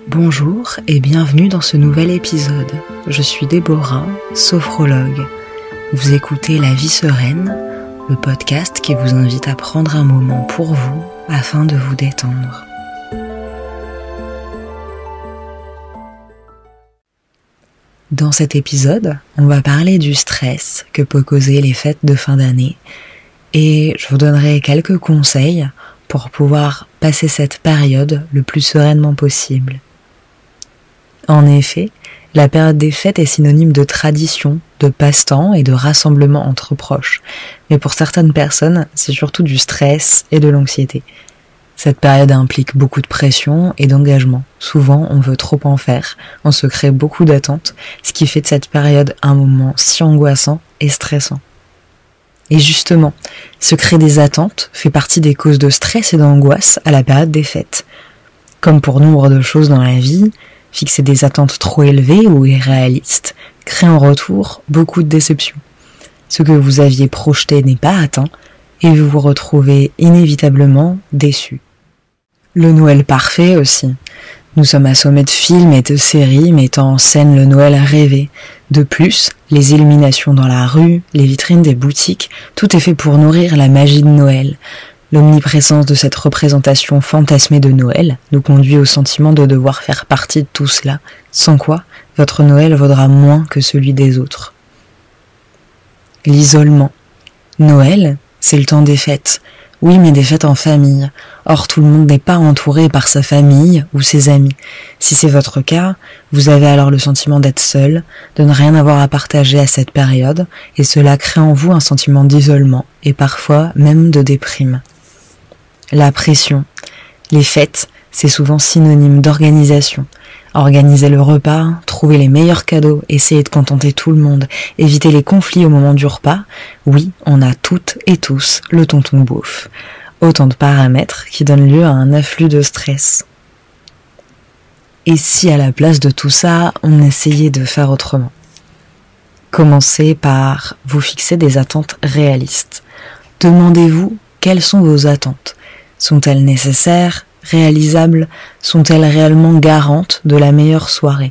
Bonjour et bienvenue dans ce nouvel épisode. Je suis Déborah, sophrologue. Vous écoutez La Vie Sereine, le podcast qui vous invite à prendre un moment pour vous afin de vous détendre. Dans cet épisode, on va parler du stress que peut causer les fêtes de fin d'année et je vous donnerai quelques conseils pour pouvoir passer cette période le plus sereinement possible. En effet, la période des fêtes est synonyme de tradition, de passe-temps et de rassemblement entre proches. Mais pour certaines personnes, c'est surtout du stress et de l'anxiété. Cette période implique beaucoup de pression et d'engagement. Souvent, on veut trop en faire, on se crée beaucoup d'attentes, ce qui fait de cette période un moment si angoissant et stressant. Et justement, se créer des attentes fait partie des causes de stress et d'angoisse à la période des fêtes. Comme pour nombre de choses dans la vie, fixer des attentes trop élevées ou irréalistes crée en retour beaucoup de déceptions. Ce que vous aviez projeté n'est pas atteint et vous vous retrouvez inévitablement déçu. Le Noël parfait aussi. Nous sommes assommés de films et de séries mettant en scène le Noël rêvé. De plus, les illuminations dans la rue, les vitrines des boutiques, tout est fait pour nourrir la magie de Noël. L'omniprésence de cette représentation fantasmée de Noël nous conduit au sentiment de devoir faire partie de tout cela, sans quoi votre Noël vaudra moins que celui des autres. L'isolement. Noël, c'est le temps des fêtes. Oui, mais des fêtes en famille. Or, tout le monde n'est pas entouré par sa famille ou ses amis. Si c'est votre cas, vous avez alors le sentiment d'être seul, de ne rien avoir à partager à cette période, et cela crée en vous un sentiment d'isolement, et parfois même de déprime. La pression. Les fêtes, c'est souvent synonyme d'organisation. Organiser le repas, trouver les meilleurs cadeaux, essayer de contenter tout le monde, éviter les conflits au moment du repas. Oui, on a toutes et tous le tonton beauf. Autant de paramètres qui donnent lieu à un afflux de stress. Et si à la place de tout ça, on essayait de faire autrement ? Commencez par vous fixer des attentes réalistes. Demandez-vous quelles sont vos attentes. Sont-elles nécessaires ? Réalisables? Sont-elles réellement garantes de la meilleure soirée?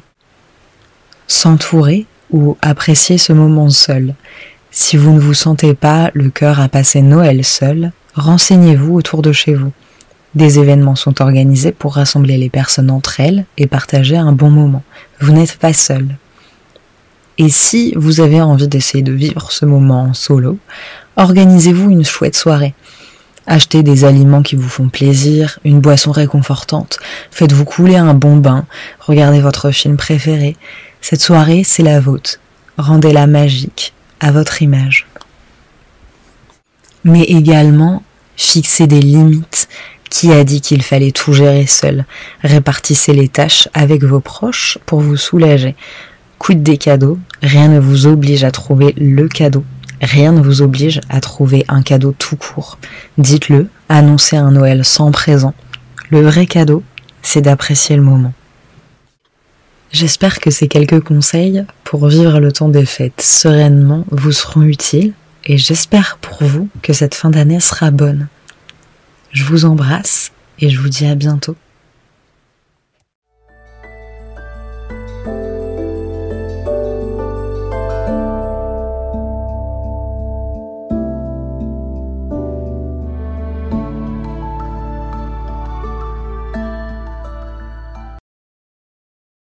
S'entourer ou apprécier ce moment seul. Si vous ne vous sentez pas le cœur à passer Noël seul, renseignez-vous autour de chez vous. Des événements sont organisés pour rassembler les personnes entre elles et partager un bon moment. Vous n'êtes pas seul. Et si vous avez envie d'essayer de vivre ce moment en solo, organisez-vous une chouette soirée. Achetez des aliments qui vous font plaisir, une boisson réconfortante, faites-vous couler un bon bain, regardez votre film préféré. Cette soirée, c'est la vôtre. Rendez-la magique, à votre image. Mais également, fixez des limites. Qui a dit qu'il fallait tout gérer seul ? Répartissez les tâches avec vos proches pour vous soulager. Quid des cadeaux ? Rien ne vous oblige à trouver le cadeau. Rien ne vous oblige à trouver un cadeau tout court. Dites-le, annoncez un Noël sans présent. Le vrai cadeau, c'est d'apprécier le moment. J'espère que ces quelques conseils pour vivre le temps des fêtes sereinement vous seront utiles et j'espère pour vous que cette fin d'année sera bonne. Je vous embrasse et je vous dis à bientôt.